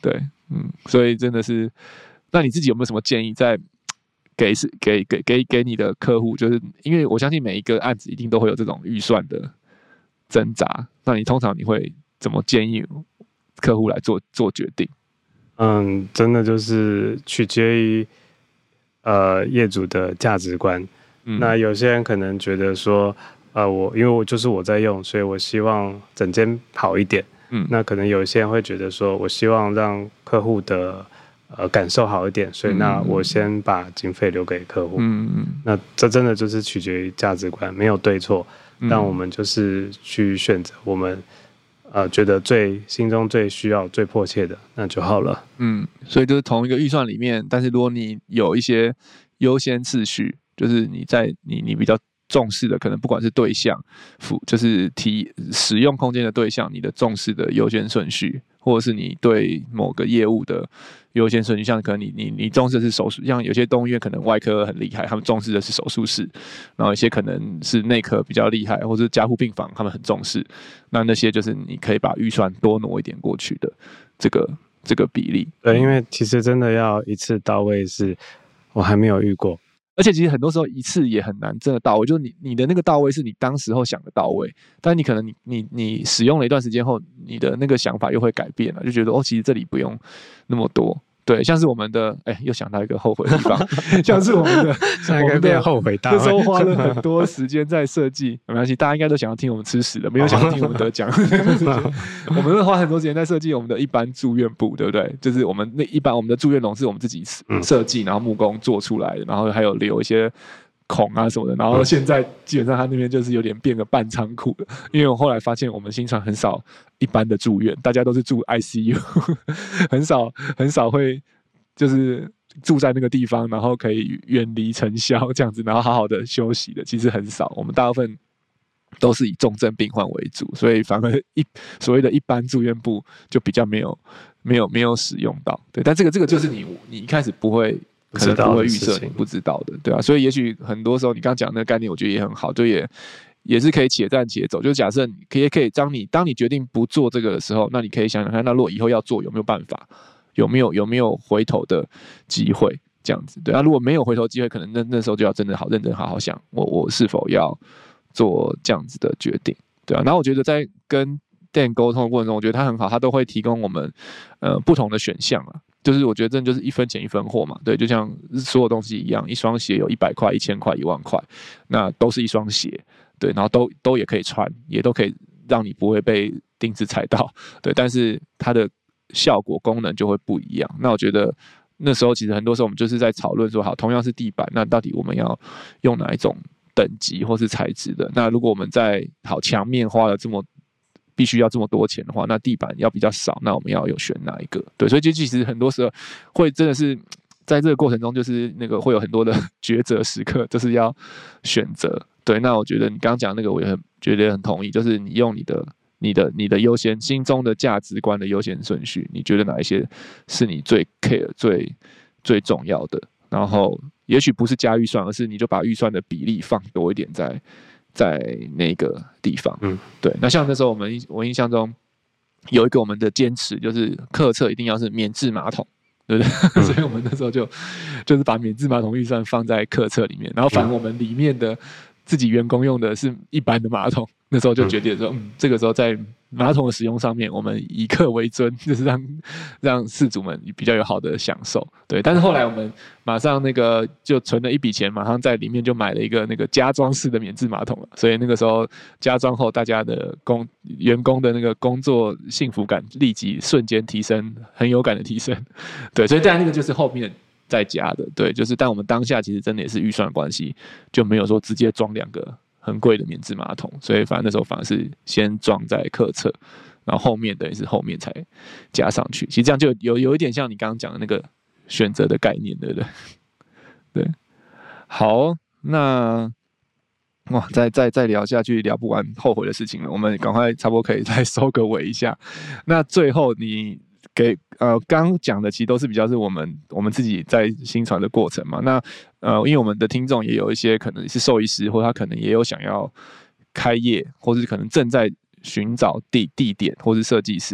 对，所以真的是，那你自己有没有什么建议在给你的客户？就是因为我相信每一个案子一定都会有这种预算的挣扎，那你通常会怎么建议客户来做决定？ 真的就是取决于业主的价值观。那有些人可能觉得说，因为我在用，所以我希望整间好一点。那可能有些人会觉得说，我希望让客户的感受好一点，所以那我先把经费留给客户。那这真的就是取决于价值观，没有对错。但我们就是去选择我们觉得心中最需要、最迫切的，那就好了。 所以就是同一个预算里面，但是如果你有一些优先次序，就是你比较重视的，可能不管是对象，就是使用空间的对象，你的重视的优先顺序，或者是你对某个业务的优先顺序，像可能你重视的是手术，像有些动物医院可能外科很厉害，他们重视的是手术室，然后有些可能是内科比较厉害，或者是加护病房他们很重视，那些就是你可以把预算多挪一点过去的这个比例。 对，因为其实真的要一次到位，是我还没有遇过。 而且其实很多时候一次也很难真的到位，就是你的那个到位是你当时候想的到位，但你可能你使用了一段时间后，你的那个想法又会改变了，就觉得其实这里不用那么多。对，像是我们的又想到一个后悔的地方，像是我们的现在变后悔大会， 那时候花了很多时间在设计，没关系，大家应该都想要听我们吃屎的，没有想要听我们得奖。我们会花很多时间在设计我们的一般住院部，对不对？就是我们的住院笼是我们自己设计，然后木工做出来的，然后还有留一些孔啊什么的，然后现在基本上他那边就是有点变个半仓库了，因为我后来发现我们新传很少一般的住院，大家都是住 ICU， 很少会就是住在那个地方，然后可以远离尘嚣这样子，然后好好的休息的，其实很少。我们大部分都是以重症病患为主，所以反而所谓的一般住院部就比较没有使用到。对，但这个就是你一开始可能不会预设，你不知道的，对啊，所以也许很多时候你刚刚讲的那个概念，我觉得也很好，就也是可以且战且走。就是假设你可以当你决定不做这个的时候，那你可以想想看，那如果以后要做有没有办法，有没有回头的机会，这样子。对啊，如果没有回头机会，可能那时候就要真的认真好好想，我是否要做这样子的决定，对啊。然后我觉得在跟 Dan 沟通的过程中，我觉得他很好，他都会提供我们不同的选项啊。就是我觉得真的就是一分钱一分货嘛，对，就像所有东西一样，一双鞋有100块、1000块、1万块，那都是一双鞋，对，然后都也可以穿，也都可以让你不会被钉子踩到，对，但是它的效果功能就会不一样。那我觉得那时候其实很多时候我们就是在讨论说，好，同样是地板，那到底我们要用哪一种等级或是材质的？那如果我们在墙面花了必须要这么多钱的话，那地板要比较少，那我们要选哪一个？对，所以其实很多时候会真的是在这个过程中，就是那个会有很多的抉择时刻，就是要选择。对，那我觉得你刚刚讲那个，我也觉得很同意，就是你用你的优先心中的价值观的优先顺序，你觉得哪一些是你最 care 最重要的？然后也许不是加预算，而是你就把预算的比例放多一点在那个地方。对。那像那时候我印象中有一个我们的坚持，就是客厕一定要是免治马桶，对不对？所以我们那时候就是把免治马桶预算放在客厕里面，然后反正我们里面的自己员工用的是一般的马桶。那时候就决定说，这个时候在马桶的使用上面，我们以客为尊，就是让饲主们比较有好的享受。对，但是后来我们马上就存了一笔钱，马上在里面就买了一个那个加装式的免治马桶了。所以那个时候加装后，大家的员工的那个工作幸福感立即瞬间提升，很有感的提升。对，所以当然那个就是后面再加的。对，就是但我们当下其实真的也是预算关系，就没有说直接装2个很贵的免治马桶，所以那时候反而是先装在客厕，然后后面等于是后面才加上去。其实这样就有一点像你刚刚讲的那个选择的概念，对不对？对，好，那哇，再聊下去聊不完后悔的事情了，我们赶快差不多可以再收个尾一下。那最后你刚讲的其实都是比较是我们自己在新传的过程嘛。那因为我们的听众也有一些可能是兽医师，或他可能也有想要开业，或是可能正在寻找地点或是设计师。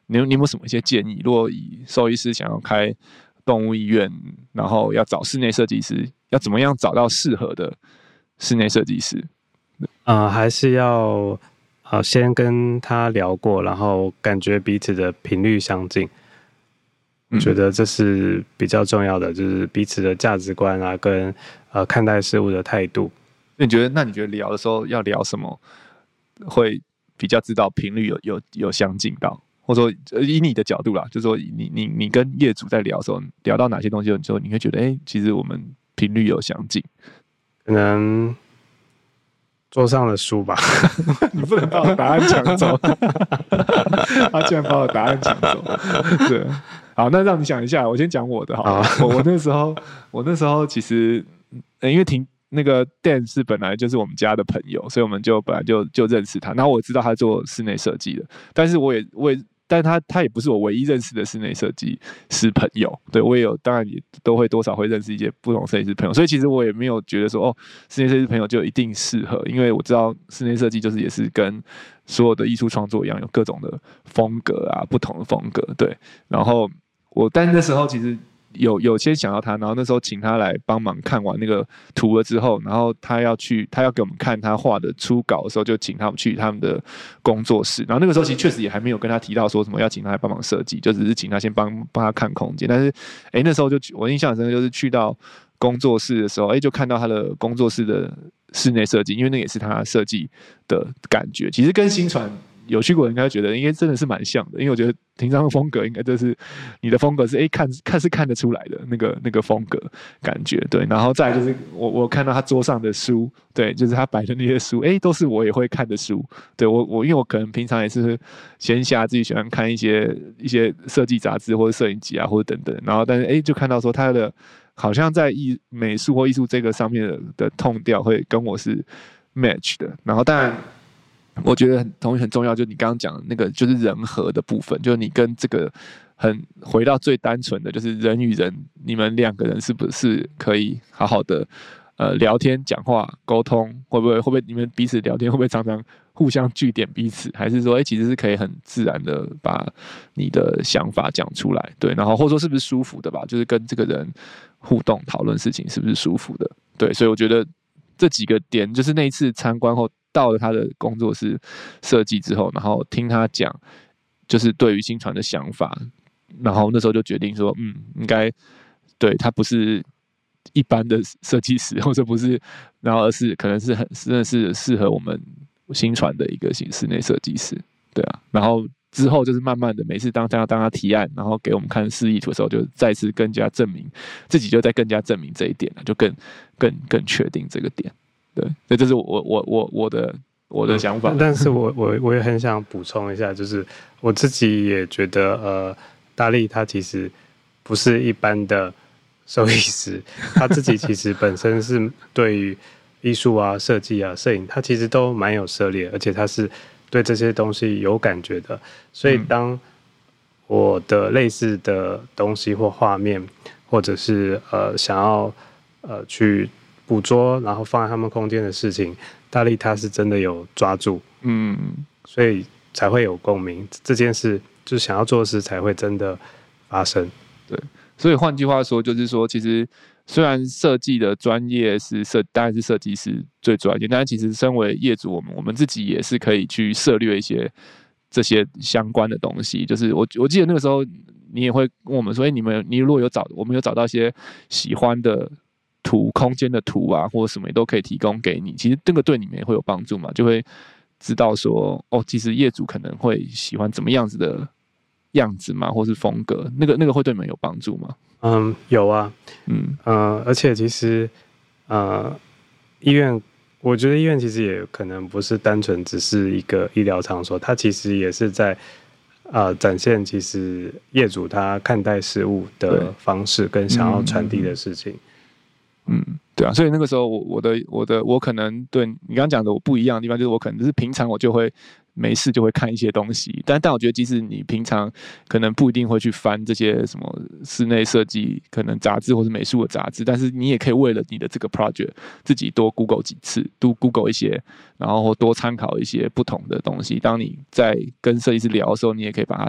你有没有什么一些建议？如果以兽医师想要开动物医院，然后要找室内设计师，要怎么样找到适合的室内设计师？ 还是要先跟他聊过，然后感觉彼此的频率相近。我觉得这是比较重要的，就是彼此的价值观啊，跟看待事物的态度。 你觉得聊的时候要聊什么，会比较知道频率有相近到，或者说以你的角度啦，就是说你跟业主在聊的时候，聊到哪些东西的时候，你会觉得其实我们频率有相近， 可能桌上的书吧。 你不能把我答案抢走，他居然把我答案抢走，对。好，那让你想一下，我先讲我的好了。我那时候其实，因为那个 Dan 是本来就是我们家的朋友，所以我们本来就认识他。然后我知道他做室内设计的，但是但他也不是我唯一认识的室内设计师朋友。对，我也有，当然也都会多少会认识一些不同设计师朋友。所以其实我也没有觉得说室内设计师朋友就一定适合，因为我知道室内设计就是也是跟所有的艺术创作一样，有各种的风格啊，不同的风格。对，然后但是那时候其实有先想到他，然后那时候请他来帮忙看完那个图了之后，然后他要给我们看他画的初稿的时候，就请他们去他们的工作室。然后那个时候其实确实也还没有跟他提到说什么要请他来帮忙设计，就只是请他先帮他看空间。但是那时候我印象很深，就是去到工作室的时候，就看到他的工作室的室内设计，因为那也是他设计的感觉，其实跟新传有去过人应该觉得应该真的是蛮像的，因为我觉得平常的风格应该就是你的风格是看得出来的那个风格感觉。对，然后再来就是我看到他桌上的书，对，就是他摆的那些书，都是我也会看的书。对，因为我可能平常也是闲暇自己喜欢看一些设计杂志或者摄影集啊或者等等，然后但是就看到说他的好像在美术或艺术这个上面的痛调会跟我是 match 的，然后当然。我觉得很重要，就是你刚刚讲的那个，就是人和的部分，就是你跟这个回到最单纯的，就是人与人，你们两个人是不是可以好好的聊天、讲话、沟通，会不会你们彼此聊天会不会常常互相据点彼此，还是说其实是可以很自然的把你的想法讲出来，对，然后或者说是不是舒服的吧，就是跟这个人互动讨论事情是不是舒服的，对，所以我觉得这几个点，就是那一次参观后。到了他的工作室设计之后，然后听他讲，就是对于新传的想法，然后那时候就决定说，应该对他不是一般的设计师，或者不是，然后而是可能是真的是适合我们新传的一个室内设计师，对啊，然后之后就是慢慢的，每次当他提案，然后给我们看示意图的时候，就再次更加证明自己，就在更加证明这一点了，就更确定这个点。对，所以这是我的想法。 但是我也很想补充一下，就是我自己也觉得，大力他其实不是一般的兽医师，他自己其实本身是对于艺术啊、设计啊、摄影，他其实都蛮有涉猎，而且他是对这些东西有感觉的。所以当我的类似的东西或画面，或者是想要去捕捉，然后放在他们空间的事情，大力他是真的有抓住，所以才会有共鸣。这件事就是想要做的事才会真的发生。 对，所以换句话说，就是说，其实虽然设计的专业当然是设计师最专业，但是其实身为业主，我们自己也是可以去涉猎一些这些相关的东西。就是我记得那个时候，你也会问我们说，你如果我们有找到一些喜欢的空间的图啊，或者什么也都可以提供给你。其实这个对你们也会有帮助嘛，就会知道说，其实业主可能会喜欢怎么样子的样子嘛，或是风格，那个会对你们有帮助吗？ 有啊，而且其实医院，我觉得医院其实也可能不是单纯只是一个医疗场所，它其实也是在展现其实业主他看待事物的方式跟想要传递的事情。 对啊，所以那个时候我可能对你刚刚讲的我不一样的地方，就是我可能是平常我就会没事就会看一些东西，但我觉得即使你平常可能不一定会去翻这些什么室内设计可能杂志或是美术的杂志，但是你也可以为了你的这个 project 自己多 Google 几次，多 Google 一些，然后多参考一些不同的东西。当你在跟设计师聊的时候，你也可以把它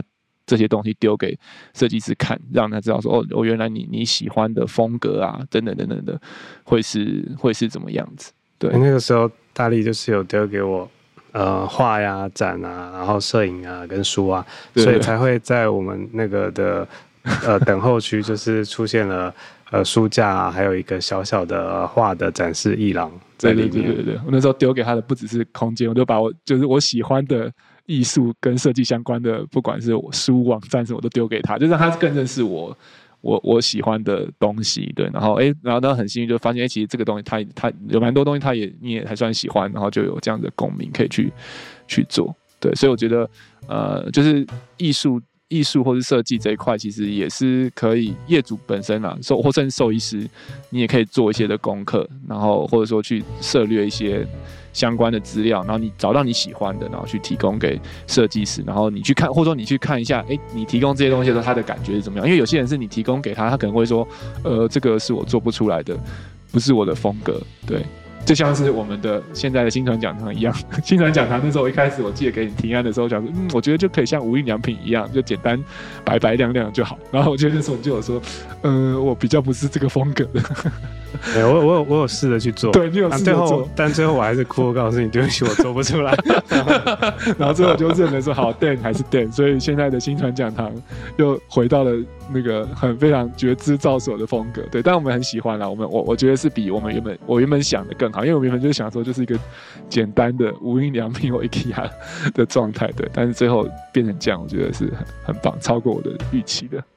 这些东西丢给设计师看，让他知道说哦，原来你喜欢的风格啊，等等等等的，会是怎么样子？对， 那个时候大力就是有丢给我画呀、展啊，然后摄影啊跟书啊，所以才会在我们那个的等候区就是出现了书架啊，还有一个小小的画的展示艺廊在里面。 对，我那时候丢给他的不只是空间，我就把就是我喜欢的艺术跟设计相关的，不管是我书、网站什么，我都丢给他，就让他更认识我喜欢的东西。对，然后他很幸运就发现，其实这个东西他有蛮多东西你也还算喜欢，然后就有这样的共鸣可以去做。对，所以我觉得就是艺术或是设计这一块，其实也是可以业主本身啊，或甚至兽医师，你也可以做一些的功课，然后或者说去涉略一些相关的资料，然后你找到你喜欢的，然后去提供给设计师，然后你去看，或者说你去看一下，你提供这些东西的时候，他的感觉是怎么样？因为有些人是你提供给他，他可能会说，这个是我做不出来的，不是我的风格，对。就像是我们的现在的新传讲堂一样，新传讲堂那时候一开始我记得给你提案的时候，想说，我觉得就可以像无印良品一样，就简单白白亮亮就好。然后我觉得那时候你就有说，我比较不是这个风格的。 我有试着去做， 对你有试着做， 但最后我还是哭，告诉你对不起，我做不出来。 然后最后就认了说好 Dan 还是 Dan， 所以现在的新传讲堂又回到了那个非常觉知造所的风格。对，但我们很喜欢啦，我觉得是比我原本想的更好，因为我原本就是想说就是一个简单的无印良品或 IKEA 的状态，对，但是最后变成这样，我觉得是很棒，超过我的预期的。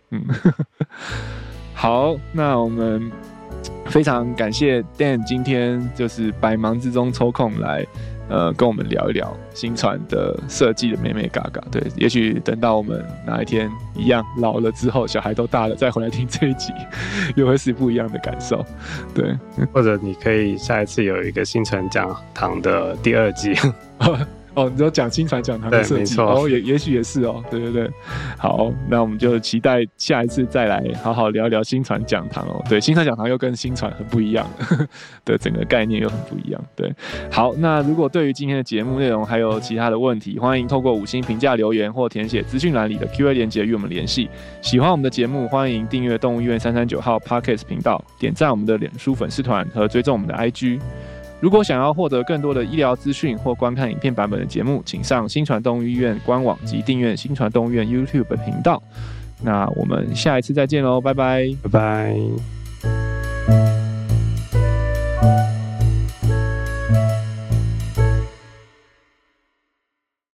好，那我们非常感谢 Dan 今天就是百忙之中抽空来跟我们聊一聊新传的设计的美美嘎嘎。对，也许等到我们哪一天一样老了之后，小孩都大了，再回来听这一集，又会是不一样的感受。对， 或者你可以下一次有一个新传讲堂的第2季。 你知道讲新传讲堂的设计，也许也是哦，对。好，那我们就期待下一次再来好好聊聊新传讲堂哦。对，新传讲堂又跟新传很不一样的整个概念又很不一样。对，好，那如果对于今天的节目内容还有其他的问题，欢迎透过5星评价留言或填写资讯栏里的 Q&A 连结与我们联系。喜欢我们的节目，欢迎订阅动物医院339号 Podcast 频道，点赞我们的脸书粉丝团和追踪我们的 IG。如果想要获得更多的医疗资讯或观看影片版本的节目，请上新传动物医院官网及订阅新传动物医院 YouTube 频道。那我们下一次再见喽，拜拜， 拜拜。